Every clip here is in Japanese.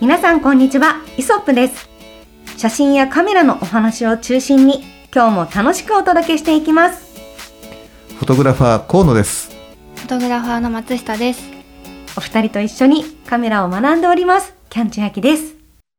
皆さんこんにちは、イソップです。写真やカメラのお話を中心に今日も楽しくお届けしていきます。 フォトグラファー河野です。 フォトグラファーの松下です。 お二人と一緒にカメラを学んでおりますキャンチュアキです。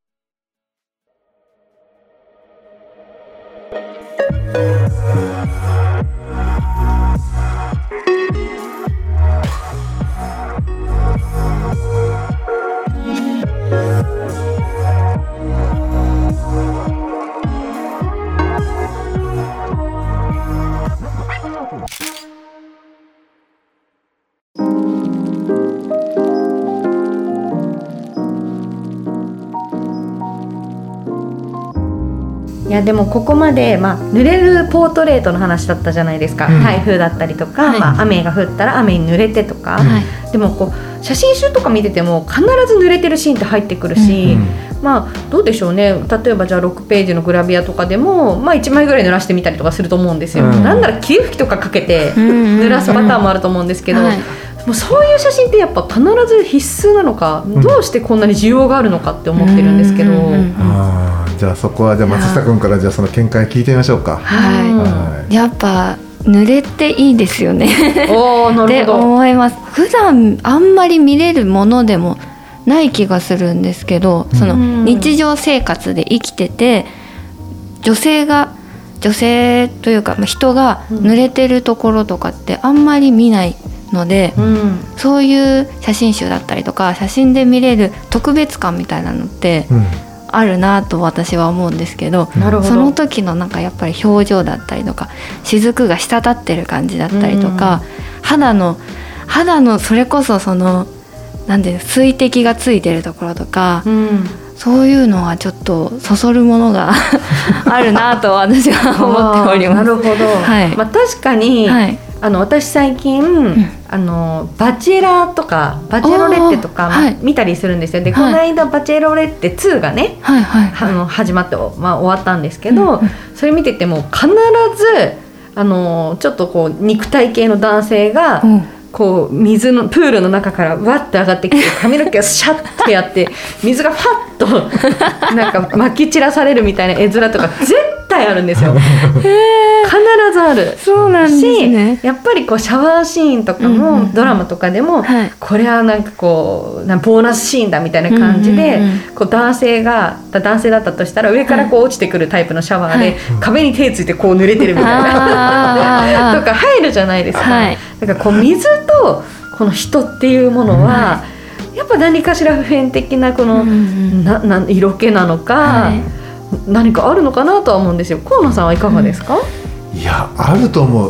いやでもここまで、濡れるポートレートの話だったじゃないですか、台風だったりとか、 はい雨が降ったら雨に濡れてとか、でもこう写真集とか見てても必ず濡れてるシーンって入ってくるし、どうでしょうね。例えばじゃあ6ページのグラビアとかでも、1枚ぐらい濡らしてみたりとかすると思うんですよ、なんなら霧吹きとかかけて濡らすパターンもあると思うんですけど、もうそういう写真ってやっぱ必ず必須なのか、どうしてこんなに需要があるのかって思ってるんですけど、 じゃあそこはじゃあ松下君からじゃあその見解聞いてみましょうか。 やっぱ濡れていいですよねって思います。普段あんまり見れるものでもない気がするんですけど、その日常生活で生きてて女性というか人が濡れてるところとかってあんまり見ないので、そういう写真集だったりとか写真で見れる特別感みたいなのってあるなと私は思うんですけど、その時のなんかやっぱり表情だったりとか雫が滴ってる感じだったりとか、肌のそれこそそのなんで水滴がついてるところとか、そういうのはちょっとそそるものがあるなと私は思っております。 なるほど、確かに、私最近、バチェラーとかバチェロレッテとか、見たりするんですよ。で、この間バチェロレッテ2がね、始まって、終わったんですけど、それ見てても必ずちょっとこう肉体系の男性が、こう水のプールの中からわって上がってきて髪の毛をシャッてやって水がファッとなんか撒き散らされるみたいな絵面とか絶対あるんですよ必ずある。 そうなんですね。 やっぱりこうシャワーシーンとかも、ドラマとかでも、これはなんかこうボーナスシーンだみたいな感じで、こう男性だったとしたら上からこう落ちてくるタイプのシャワーで、壁に手ついてこう濡れてるみたいなとか入るじゃないですか、だからこう水とこの人っていうものは、やっぱ何かしら普遍的なこの、色気なのか、何かあるのかなとは思うんですよ。河野さんはいかがですか？ いや、あると思う。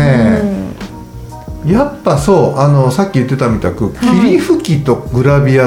やっぱそうさっき言ってたみたく、霧吹きとグラビアって、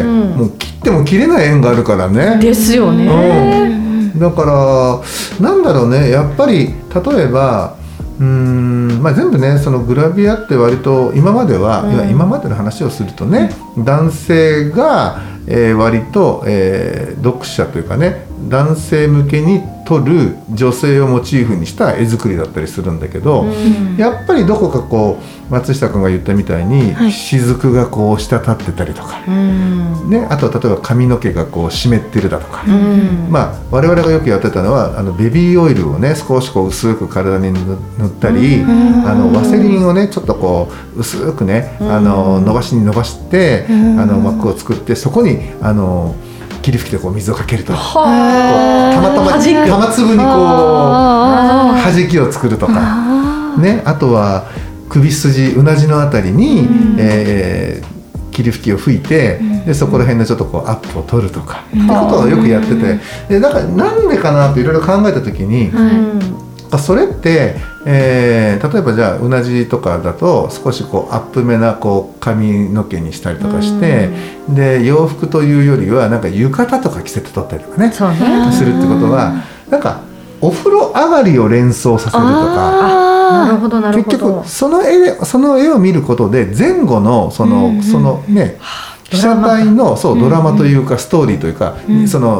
もう切っても切れない縁があるからね。 ですよね、 だからなんだろうね、やっぱり例えば全部ね、そのグラビアって割と今までは、今までの話をするとね、男性が、割と、読者というかね、男性向けに撮る女性をモチーフにした絵作りだったりするんだけど、やっぱりどこかこう松下君が言ったみたいに、雫がこう滴ってたりとか、あとは例えば髪の毛がこう湿ってるだとか、我々がよくやってたのはベビーオイルをね少しこう薄く体に塗ったり、ワセリンをねちょっとこう薄くね伸ばして膜を作って、そこに霧吹きでこう水をかけると、たまたま玉粒にこう弾きを作るとか、あとは首筋うなじのあたりに、霧吹きを吹いて、でそこら辺のちょっとこうアップを取るとかってことをよくやってて、でだからなんでかなといろいろ考えた時に、それって、例えばじゃあうなじとかだと少しこうアップめなこう髪の毛にしたりとかして、で洋服というよりはなんか浴衣とか着せて撮ったりとかね、するってことはなんかお風呂上がりを連想させるとか、 なるほどなるほど。 結局その絵を見ることで前後のそのね被写体のドラマというかストーリーというか、その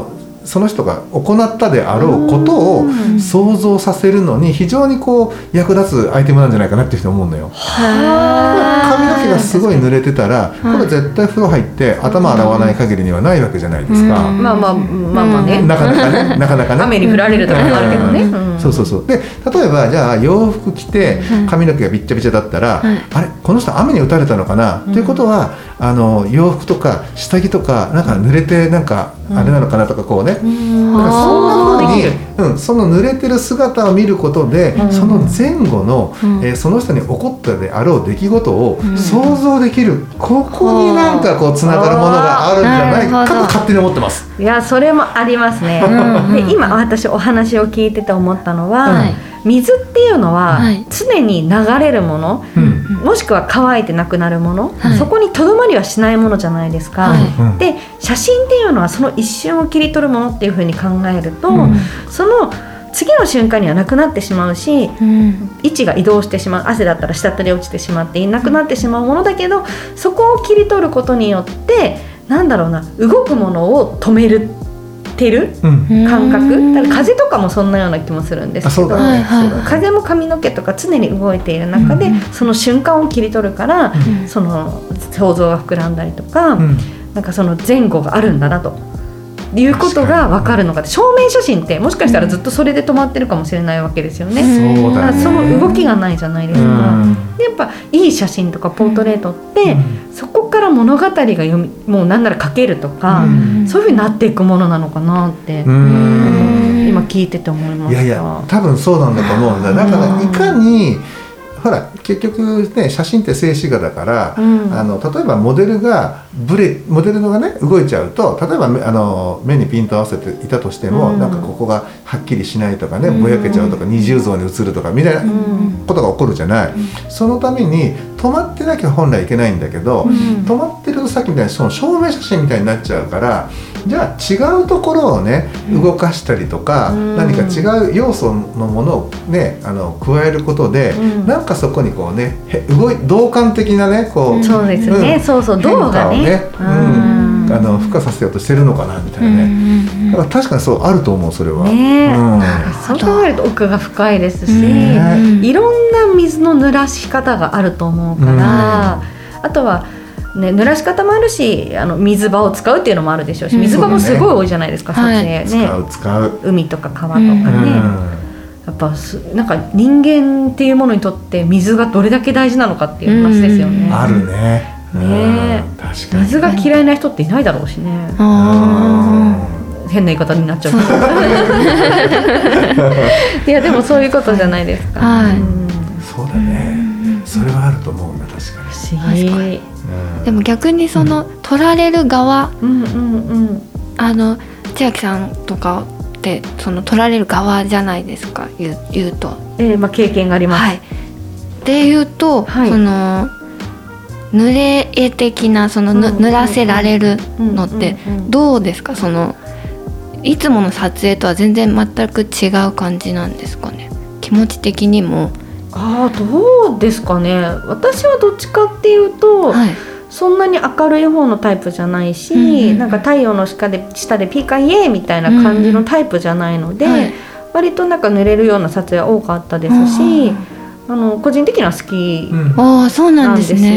その人が行ったであろうことを想像させるのに非常にこう役立つアイテムなんじゃないかなっていうふうに思うのよ。髪の毛がすごい濡れてたらこれ絶対風呂入って頭洗わない限りにはないわけじゃないですか。 まあね、 なかなかね雨に降られるとかもあるけどね。 そうで、例えばじゃあ洋服着て髪の毛がびっちゃびちゃだったら、あれこの人雨に打たれたのかな、ということは洋服とか下着とかなんか濡れてなんかあれなのかなとかこうね、だからそんな風に、その濡れてる姿を見ることで、その前後の、その人に起こったであろう出来事を想像できる、ここになんかこうつながるものがあるんじゃないかと勝手に思ってます。 いやそれもありますね。で今私お話を聞いてて思ったのは、水っていうのは常に流れるもの、もしくは乾いてなくなるもの、そこにとどまりはしないものじゃないですか。で写真っていうのはその一瞬を切り取るものっていうふうに考えると、その次の瞬間にはなくなってしまうし、位置が移動してしまう、汗だったら滴り落ちてしまっていなくなってしまうものだけど、そこを切り取ることによってなんだろうな、動くものを止めるてる感覚、だから風とかもそんなような気もするんですけど、風も髪の毛とか常に動いている中で、その瞬間を切り取るから、その想像が膨らんだりとか、なんかその前後があるんだなということが分かるのか。証明写真ってもしかしたらずっとそれで止まってるかもしれないわけですよね。 そうだね。 その動きがないじゃないですか。でやっぱいい写真とかポートレートって、そこから物語がもうなんなら書けるとか、そういう風になっていくものなのかなって今聞いてて思いました。 いや多分そうなんだと思うんだ。だからいかにほら結局ね、写真って静止画だから、例えばモデルがね動いちゃうと、例えば目にピント合わせていたとしても、なんかここがはっきりしないとかね、ぼやけちゃうとか二重像に映るとかみたいなことが起こるじゃない。そのために止まってなきゃ本来いけないんだけど、止まってるとさっきみたいにその証明写真みたいになっちゃうから、じゃあ違うところをね動かしたりとか、何か違う要素のものをね加えることで、なんかそこにこうね同感的なねこう、 そうですね、そう動画ね、 付加させようとしてるのかなみたいなね。だから確かにそうあると思う、それは。 そう考えると奥が深いですし、いろんな水の濡らし方があると思うから、あとはね、濡らし方もあるし、水場を使うっていうのもあるでしょうし、水場もすごい多いじゃないですか、撮影ね。 使う海とか川とかね。やっぱなんか人間っていうものにとって水がどれだけ大事なのかっていう話ですよね。 あるね。 確かに水が嫌いな人っていないだろうしね。変な言い方になっちゃういやでもそういうことじゃないですか。 そうだね、それはあると思うんだ。確かに不思議。 でも逆にその撮られる側、千秋さんとかってその撮られる側じゃないですか、言うと、 経験があります。 で言うと、その濡れ絵的なその濡らせられるのってどうですか？そのいつもの撮影とは全然全く違う感じなんですかね、気持ち的にも。 どうですかね。私はどっちかっていうと、そんなに明るい方のタイプじゃないし、なんか太陽の下でピカイエみたいな感じのタイプじゃないので、割となんか濡れるような撮影は多かったですし、個人的には好きなんですよ。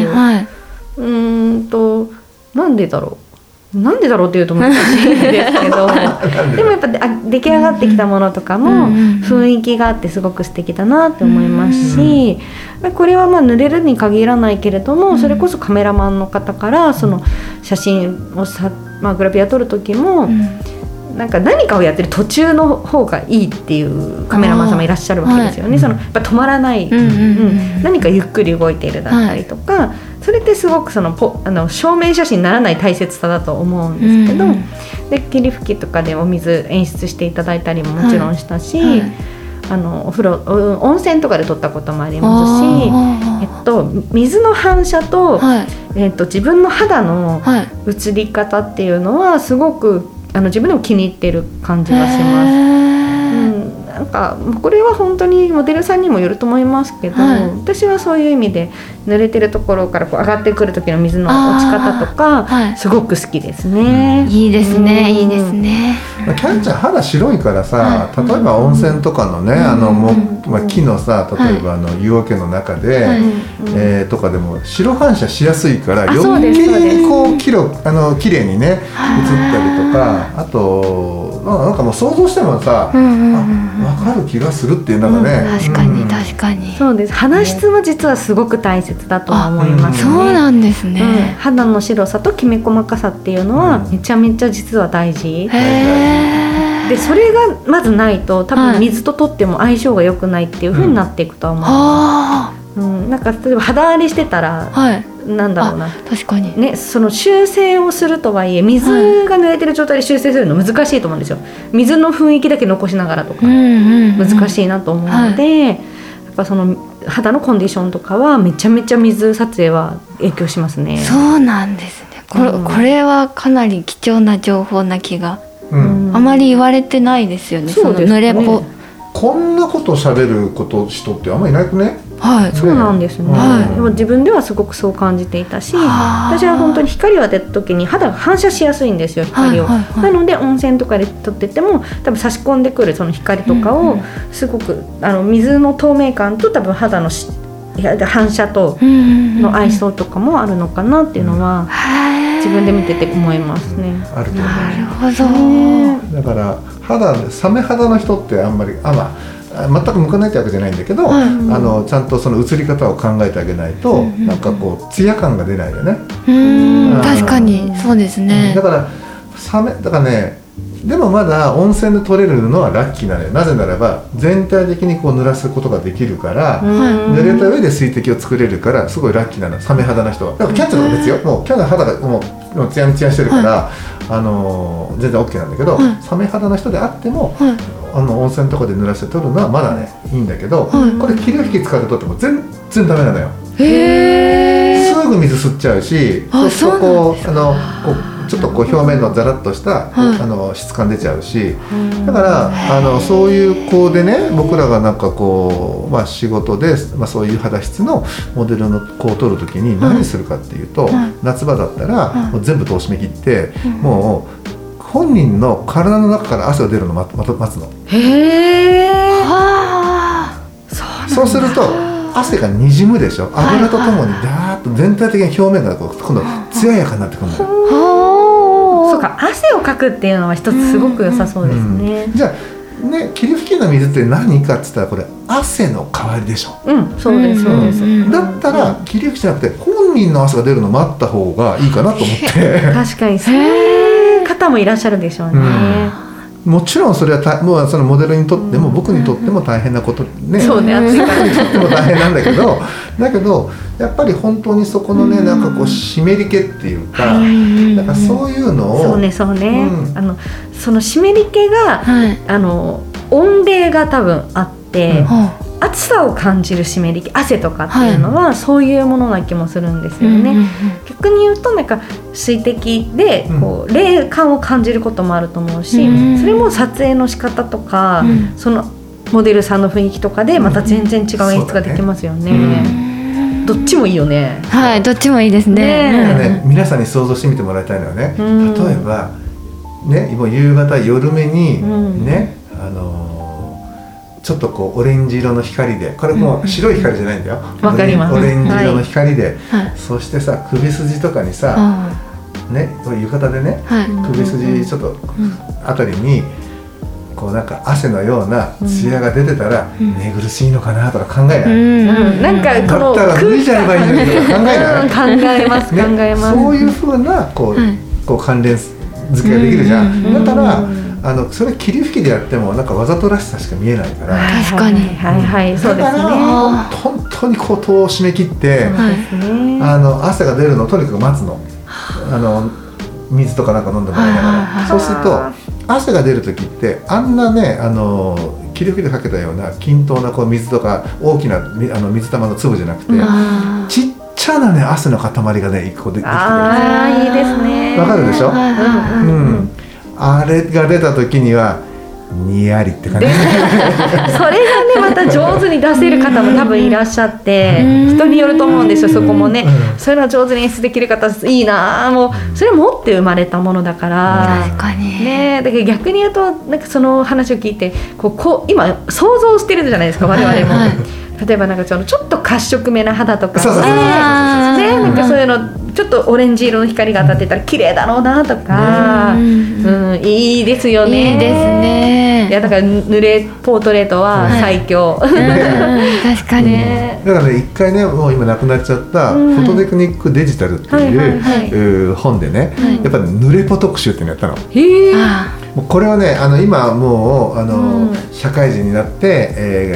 なんでだろうっていうと難しいんですけどでもやっぱ出来上がってきたものとかも雰囲気があってすごく素敵だなって思いますし、これは濡れるに限らないけれども、それこそカメラマンの方からその写真をグラビア撮る時も、なんか何かをやってる途中の方がいいっていうカメラマンさんもいらっしゃるわけですよね。そのやっぱ止まらない、何かゆっくり動いているだったりとか、それってすごくその証明写真にならない大切さだと思うんですけど、で霧吹きとかでお水演出していただいたりももちろんしたし、お風呂温泉とかで撮ったこともありますし、水の反射と、自分の肌の映り方っていうのはすごく自分でも気に入ってる感じがします。 なんかこれは本当にモデルさんにもよると思いますけど、私はそういう意味で濡れてるところからこう上がってくる時の水の落ち方とか、すごく好きですね。 いいですね、いいですね。 キャンちゃん肌白いからさ、例えば温泉とかのね、木のさ、例えば湯桶の中で、とかでも白反射しやすいから余計にこう綺麗にね映ったりとか、あとなんかもう想像してもさ、分かる気がするっていうのがね、 確かに確かに。 そうです。肌質は実はすごく大切だとは思いますね。 そうなんですね。 肌の白さときめ細かさっていうのはめちゃめちゃ実は大事。でそれがまずないと多分水ととっても相性が良くないっていう風になっていくとは思います。なんか例えば肌荒れしてたら、なんだろうな、 確かにね、その修正をするとはいえ水が濡れてる状態で修正するの難しいと思うんですよ。水の雰囲気だけ残しながらとか難しいなと思うので、やっぱその肌のコンディションとかはめちゃめちゃ水撮影は影響しますね。 そうなんですね。これはかなり貴重な情報な気が、あまり言われてないですよね。その濡れっぽ、 こんなこと喋る人ってあんまりいなくね。 そうなんですね。でも自分ではすごくそう感じていたし、私は本当に光を当てた時に肌が反射しやすいんですよ、光を。なので温泉とかで撮ってても多分差し込んでくるその光とかをすごく水の透明感と多分肌の反射との相性とかもあるのかなっていうのは自分で見てて思いますね。 あると思う。 なるほど。だからサメ肌の人ってあんまり全く向かないってわけじゃないんだけど、ちゃんとその映り方を考えてあげないと、なんかこうツヤ感が出ないよね。 確かにそうですね。 だからね、でもまだ温泉で撮れるのはラッキーなのよ。なぜならば全体的にこう濡らすことができるから、濡れた上で水滴を作れるからすごいラッキーなの、サメ肌の人は。だからキャンちゃんとか別よ、もうキャンの肌がもうツヤツヤしてるから、全然 OK なんだけど、サメ肌の人であっても、温泉とかで濡らして撮るのはまだねいいんだけど、これ霧吹き使って撮っても全然ダメなのよ。すぐ水吸っちゃうし、そうこうちょっとこう表面のザラッとした質感出ちゃうし、だからそういう子でね、僕らがなんかこう、仕事で、そういう肌質のモデルの子を撮るときに何するかっていうと、夏場だったらもう全部通しめ切って、もう本人の体の中から汗が出るのを待つの。そうすると汗がにじむでしょ。油とともにダーッと全体的に表面が今度艶やかになってくるのよ。 そうか、汗をかくっていうのは一つすごく良さそうですね。 じゃあね、霧吹きの水って何かって言ったらこれ汗の代わりでしょ。 そうですそうです。 だったら霧吹きじゃなくて本人の汗が出るのを待った方がいいかなと思って。 確かにそういう方もいらっしゃるでしょうね。 もちろんそれはもうそのモデルにとっても僕にとっても大変なことね。 そうね、暑いから僕にとっても大変なんだけどやっぱり本当にそこのね、なんかこう湿り気っていうか、なんかそういうのをそうね、その湿り気が、温冷が多分あって、暑さを感じる湿り気、汗とかっていうのはそういうものな気もするんですよね。逆に言うとなんか水滴でこう冷感を感じることもあると思うし、それも撮影の仕方とか、そのモデルさんの雰囲気とかでまた全然違う演出ができますよね。どっちもいいよね。 はい、どっちもいいですね。 皆さんに想像してみてもらいたいのはね、例えばね、もう夕方夜目にね、ちょっとこうオレンジ色の光で、これもう白い光じゃないんだよ。 わかります。 オレンジ色の光で、そしてさ、首筋とかにさ、ね、浴衣でね、首筋ちょっとあたりにこうなんか汗のようなツヤが出てたら寝苦しいのかなとか考えない。 なんかこのだったら脱いじゃえばいいのにとか考えない。 考えます、考えます。 そういう風なこう関連付けができるじゃん。だからそれ霧吹きでやってもなんかわざとらしさしか見えないから。 確かに、 そうですね。 本当にこう戸を締め切って、汗が出るのをとにかく待つの。水とかなんか飲んでもらいながら。そうすると汗が出る時ってあんなね、霧吹きでかけたような均等なこう水とか大きな水玉の粒じゃなくて、ちっちゃなね汗の塊がね一個できてるんですよ。 いいですね。 わかるでしょ。あれが出た時にはにやりって感じそれがねまた上手に出せる方も多分いらっしゃって人によると思うんですよ。そこもね、そういうのを上手に演出できる方いいな。もうそれ持って生まれたものだから確かにね。だから逆に言うとなんかその話を聞いてこう今想像してるじゃないですか我々も、はいはい、例えばなんかちょっと褐色めな肌とかなんかそういうのちょっとオレンジ色の光が当たってたら綺麗だろうなとか、いいですよね。 いいですね。 いやだから濡れポートレートは最強、 確かに、 だからね一回ねもう今なくなっちゃったフォトテクニックデジタルっていう本でね、やっぱり濡れポ特集っていうのやったの。 へー。 もうこれはね今もう社会人になって、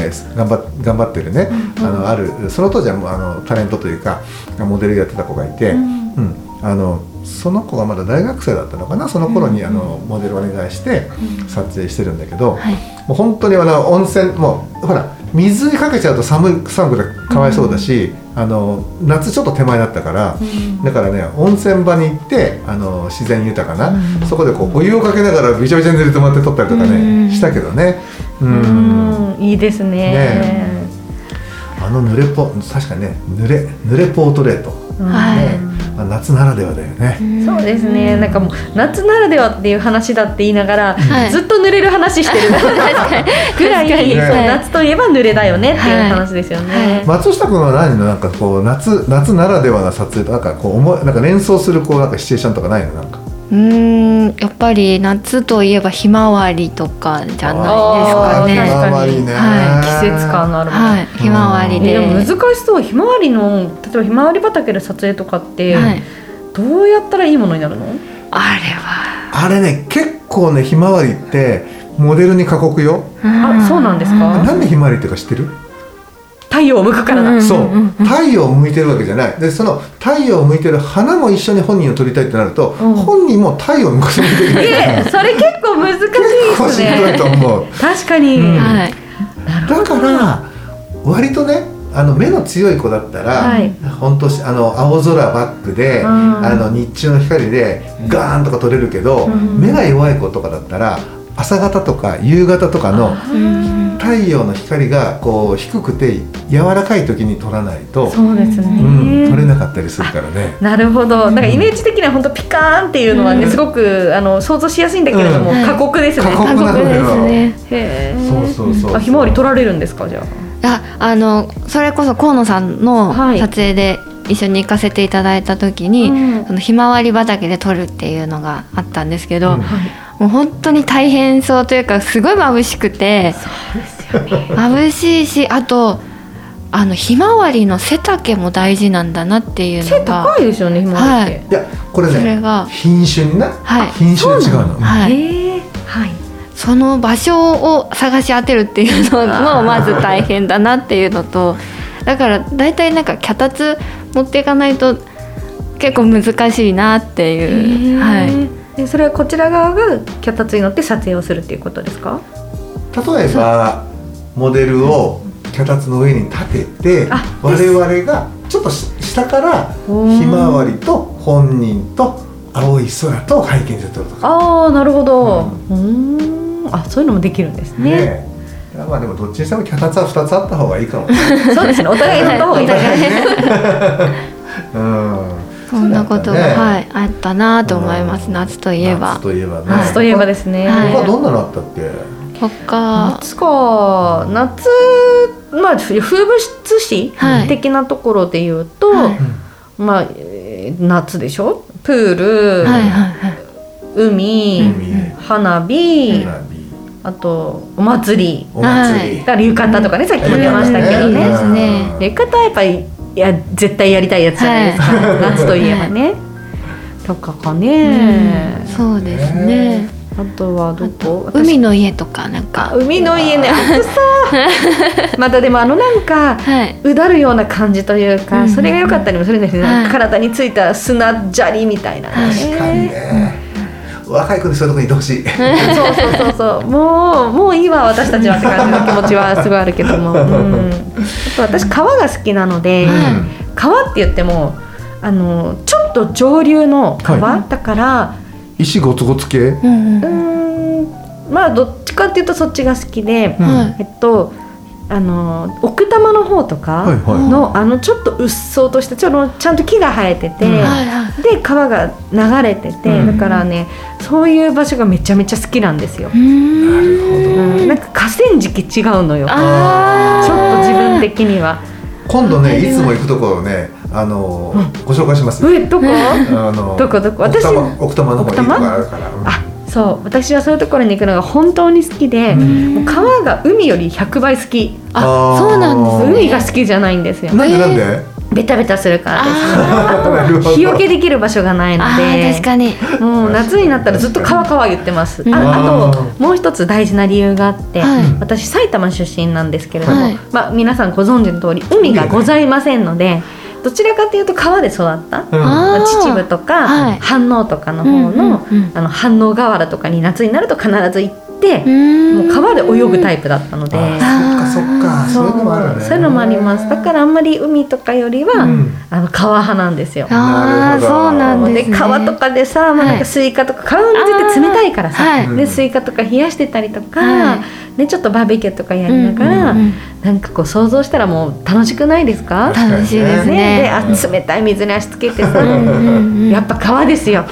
頑張ってるね、あるその当時はもうタレントというかモデルやってた子がいて、その子がまだ大学生だったのかな。その頃にモデルをお願いして撮影してるんだけど、もう本当に温泉もうほら水にかけちゃうと寒くてかわいそうだし、夏ちょっと手前だったから、だからね温泉場に行って自然豊かな、そこでこうお湯をかけながらびちゃびちゃに濡れてもらって撮ったりとかね、したけどね。 いいですね。 濡れポ確かにね濡れポートレート、夏ならではだよね。 そうですね。なんかもう夏ならではっていう話だって言いながら、ずっと濡れる話してるぐらい、夏といえば濡れだよねっていう話ですよね。 松下君は何のなんかこう夏ならではな撮影となんかこうなんか連想するこうなんかシチュエーションとかないの？なんかやっぱり夏といえばひまわりとかじゃないですかね。 ひまわりね、 季節感のあるもの、 ひまわりで。 でも難しそう。ひまわりの例えばひまわり畑で撮影とかって、どうやったらいいものになるの？ あれね結構ねひまわりってモデルに過酷よ。 そうなんですか？ なんでひまわりってか知ってる？ 太陽を向くからだ。 そう太陽を向いてるわけじゃない。でその太陽を向いてる花も一緒に本人を撮りたいってなると、本人も太陽を向かせないといけない。 それ結構難しいですね。 結構しんどいと思う。 確かに、 だから割とね目の強い子だったら、本当青空バックで、日中の光でガーンとか撮れるけど、目が弱い子とかだったら朝方とか夕方とかの太陽の光がこう低くて柔らかい時に撮らないと、 そうですね、 撮れなかったりするからね。 なるほど。なんかイメージ的には本当ピカーンっていうのはね、すごく想像しやすいんだけれども、過酷ですね。 過酷なんだよ。 へー。そう。ひまわり撮られるんですか？じゃあそれこそ河野さんの撮影で一緒に行かせていただいた時に、そのひまわり畑で撮るっていうのがあったんですけど、もう本当に大変そうというかすごい眩しくて。 そうですよね。 眩しいし、あとひまわりの背丈も大事なんだなっていうのが。 背高いですよね、ひまわりって。 いやこれね、 それが品種にな、品種で違うの。 その場所を探し当てるっていうのもまず大変だなっていうのと、だからだいたいなんか脚立持っていかないと結構難しいなっていう。 それはこちら側が脚立に乗って撮影をするっていうことですか？ 例えばモデルを脚立の上に立てて、我々がちょっと下からひまわりと本人と青い空と背景で撮るとか。 なるほど。そういうのもできるんですね。 まあでもどっちにしても脚立は2つあった方がいいかも。 そうですね。お互い乗った方がいいですね。 そんなことがあったなと思います。夏といえば。 夏といえばですね。 他どんなのあったっけ？ 夏か。夏、まあ風物詩的なところで言うと、まあ夏でしょ。プール、海、花火、あとお祭り、だから浴衣とかね、さっきも出ましたけどね。浴衣はやっぱり絶対やりたいやつじゃないですか。夏といえばね。とかかね。 そうですね。 あとはどこ？ 海の家とかなんか。 海の家ね、暑そう。またでもなんかうだるような感じというか、それが良かったりもするんですね。体についた砂砂利みたいな。 確かにね。若い子にそういうとこにいてほしい。 そう。もういいわ私たちはって感じの気持ちはすごいあるけども。あと私川が好きなので、川って言ってもちょっと上流の川だから。 石ゴツゴツ系？ まあどっちかっていうとそっちが好きで、奥多摩の方とかの、ちょっとうっそうとしたちゃんと木が生えてて、で川が流れてて、だからねそういう場所がめちゃめちゃ好きなんですよ。なるほど。なんか河川敷違うのよ。ちょっと自分的には。 今度ねいつも行くところねご紹介しますよ。 どこ？どこ？私奥多摩の方に行くとこあるから。 そう私はそういうところに行くのが本当に好きで、もう川が海より100倍好き。 そうなんですね。 海が好きじゃないんですよ。 なんで？ ベタベタするからです。あと日よけできる場所がないので、 確かにもう夏になったらずっと川言ってます。あともう一つ大事な理由があって、私埼玉出身なんですけれども、皆さんご存知の通り海がございませんので、どちらかというと川で育った、秩父とか飯能とかの方の飯能河原とかに夏になると必ず行って、もう川で泳ぐタイプだったので、 そっかそういうのもあるね。 そういうのもあります。だからあんまり海とかよりは、川派なんですよ。 そうなんですね。 川とかでさ、なんかスイカとか川の水って冷たいからさ、でスイカとか冷やしてたりとか、でちょっとバーベキューとかやりながら、なんかこう想像したらもう楽しくないですか？ 楽しいですね。 で冷たい水に足つけてさ、やっぱ川ですよ。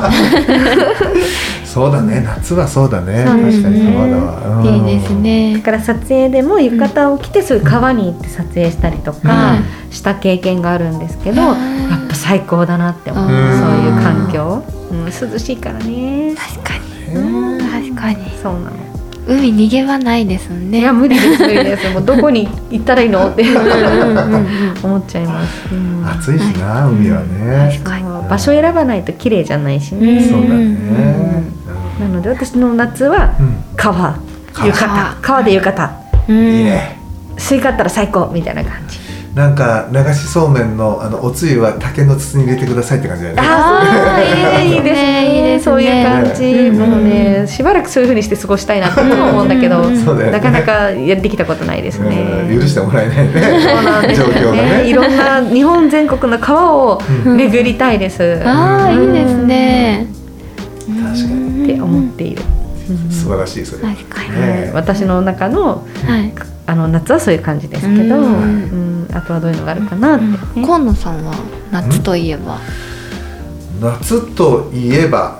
そうだね、夏はそうだね。確かに川だわ。 いいですね。 だから撮影でも浴衣を着てそういう川に行って撮影したりとかした経験があるんですけど、やっぱ最高だなって思う。そういう環境、涼しいからね。 確かに、確かに。 そうなの。 海逃げ場ないですもんね。 いや無理です。もうどこに行ったらいいのって思っちゃいます。 暑いしな、海はね。 場所選ばないと綺麗じゃないしね。 そうだね。 なので私の夏は川で浴衣。 いいね。 スイカあったら最高みたいな感じ。 なんか流しそうめんのおつゆは竹の筒に入れてくださいって感じだよね。 いいですね。そういう感じ。もうねしばらくそういう風にして過ごしたいなと思うんだけど、なかなかできたことないですね。 許してもらえないね。 そうなんですよね。いろんな日本全国の川を巡りたいです。 いいですね。 確かにって思っている。 素晴らしいそれ。 確かに。 私の中の夏はそういう感じですけど、あとはどういうのがあるかなって、 今野さんは夏といえば、 夏といえば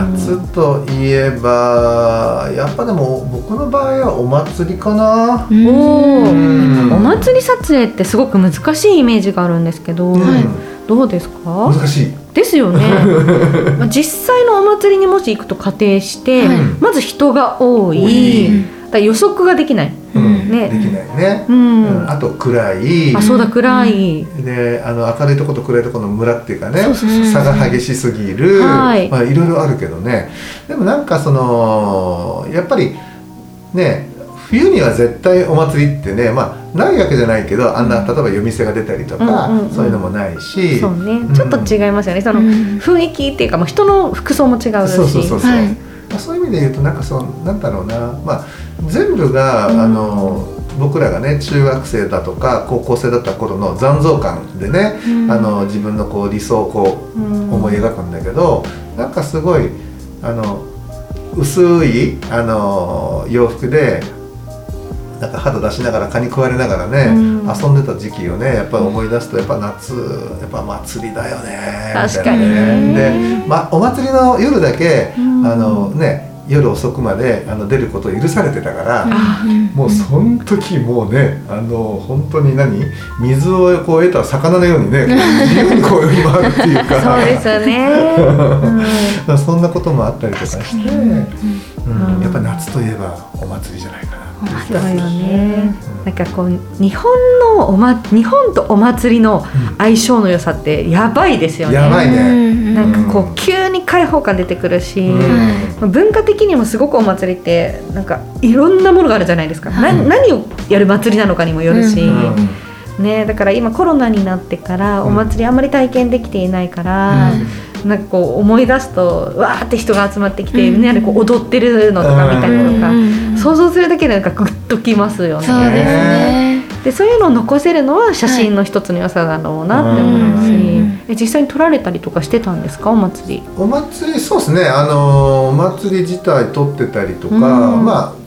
やっぱでも僕の場合はお祭りかな。 お祭り撮影ってすごく難しいイメージがあるんですけど、どうですか？ 難しいですよね。実際のお祭りにもし行くと仮定して、まず人が多い、だ予測ができない、 できないね。あと暗い。 そうだ暗い。 で明るいとこと暗いとこの村っていうかね、差が激しすぎる。いろいろあるけどね。でもなんかやっぱりね。冬には絶対お祭りってね、ないわけじゃないけど、例えば夜店が出たりとか、そういうのもないし、 そうね、ちょっと違いますよね。その雰囲気っていうか、人の服装も違うし、 そういう意味で言うとなんだろうな、全部が僕らがね中学生だとか高校生だった頃の残像感でね、自分のこう理想を思い描くんだけど、なんかすごい薄い洋服で。なんか肌出しながら蚊に食われながらね、遊んでた時期をねやっぱり思い出すとやっぱ夏やっぱ祭りだよね。 確かにね。で、お祭りの夜だけ夜遅くまで出ることを許されてたから、もうその時もうね本当に水をこう得た魚のようにね自由にこう泳ぎ回るっていうかそうですよね。 そんなこともあったりとかして、やっぱ夏といえばお祭りじゃないかな。 そうよね。なんかこう日本とお祭りの相性の良さってやばいですよね。 やばいね。 なんかこう急に開放感出てくるし、文化的にもすごくお祭りってなんかいろんなものがあるじゃないですか。何をやる祭りなのかにもよるし、ね、だから今コロナになってからお祭りあんまり体験できていないから。なんかこう思い出すとわーって人が集まってきて、みんなでこう踊ってるのとかみたいなのが想像するだけでなんかグッときますよね。 そうですね。 でそういうのを残せるのは写真の一つの良さだろうなって思うし、実際に撮られたりとかしてたんですか？お祭り。 お祭りそうですね。お祭り自体撮ってたりとか、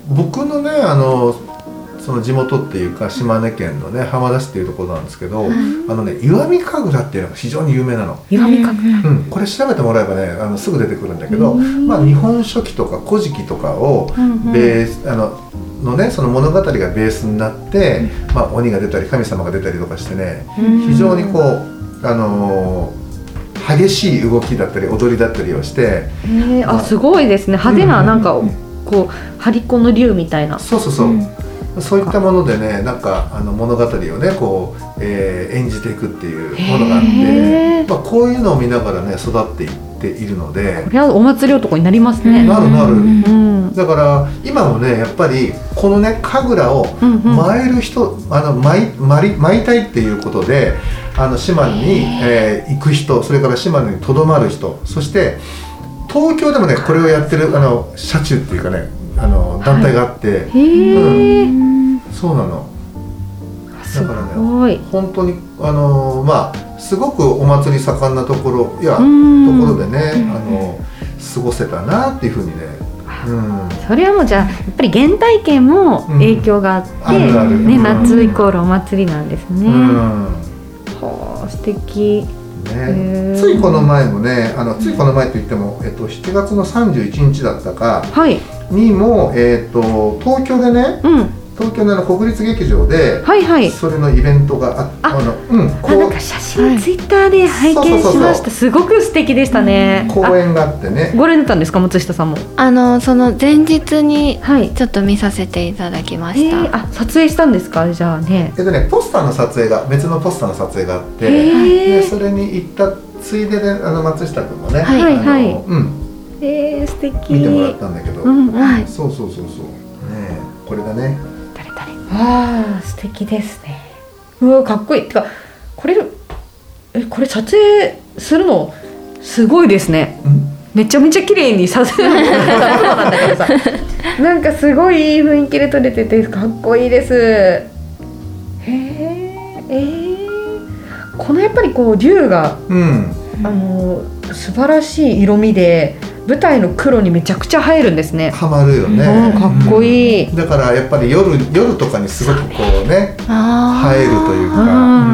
僕のねその地元っていうか島根県のね浜田市っていうところなんですけど、石見神楽っていうのが非常に有名なの。 石見神楽、 これ調べてもらえばねすぐ出てくるんだけど、日本書紀とか古事記とかをベースのねその物語がベースになって、鬼が出たり神様が出たりとかしてね、非常にこう激しい動きだったり踊りだったりをして、 すごいですね。派手ななんかこう張り子の竜みたいな。 そうそういったものでねなんか物語をねこう、演じていくっていうものがあって、こういうのを見ながらね育っていっているので、 これはお祭り男になりますね。 なる、だから今もねやっぱりこのね神楽を舞える人、舞いたいっていうことで島根に、行く人、それから島根にとどまる人、そして東京でもねこれをやってる社中っていうかね団体があって、そうなの。だからね本当にすごくお祭り盛んなところでね過ごせたなっていうふうにね、 それはもうじゃあやっぱり原体験も影響があって、夏イコールお祭りなんですね。素敵。 ついこの前もねついこの前といっても、7月の31日だったかにも、東京でね、東京の国立劇場で、それのイベントがなんか写真ツイッターで拝見しました。すごく素敵でしたね。 公演があってね。 ご覧になったんですか、松下さんも。 その前日にちょっと見させていただきました。 撮影したんですか、じゃあね。 ポスターの撮影が別のポスターの撮影があって、でそれに行ったついでで松下君もね、 素敵。 見てもらったんだけど、そうね、これだね。 素敵ですね。うわかっこいい。てかこれ撮影するのすごいですね。めちゃめちゃ綺麗に撮影なんだけどさなんかすごいいい雰囲気で撮れててかっこいいです。このやっぱりこう竜が、素晴らしい色味で舞台の黒にめちゃくちゃ映えるんですね。 はまるよね。 かっこいい。 だからやっぱり夜とかにすごくこうね映えるというか、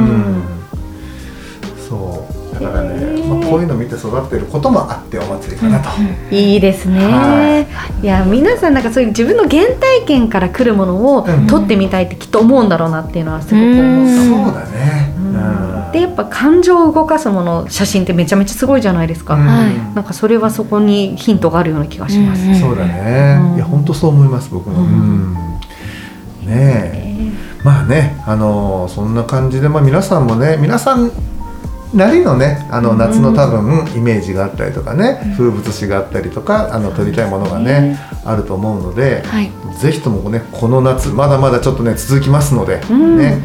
そうだからね、こういうの見て育っていることもあってお祭りかなと。 いいですね。いや皆さんなんかそういう自分の原体験から来るものを撮ってみたいってきっと思うんだろうなっていうのはすごく思った。 そうだね。 でやっぱ感情を動かすもの写真ってめちゃめちゃすごいじゃないですか。なんかそれはそこにヒントがあるような気がします。 そうだね。いや本当そう思います僕も。まあねそんな感じで皆さんもね皆さんなりのね夏の多分イメージがあったりとかね、風物詩があったりとか撮りたいものがねあると思うので、ぜひともねこの夏まだまだちょっとね続きますのでね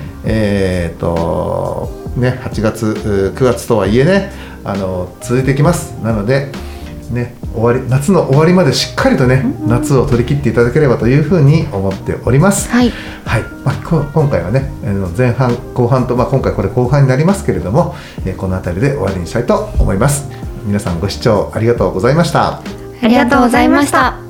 8月9月とはいえね続いていきます。なのでね夏の終わりまでしっかりとね夏を取り切っていただければというふうに思っております。今回はね前半後半と、今回これ後半になりますけれども、この辺りで終わりにしたいと思います。皆さんご視聴ありがとうございました。 ありがとうございました。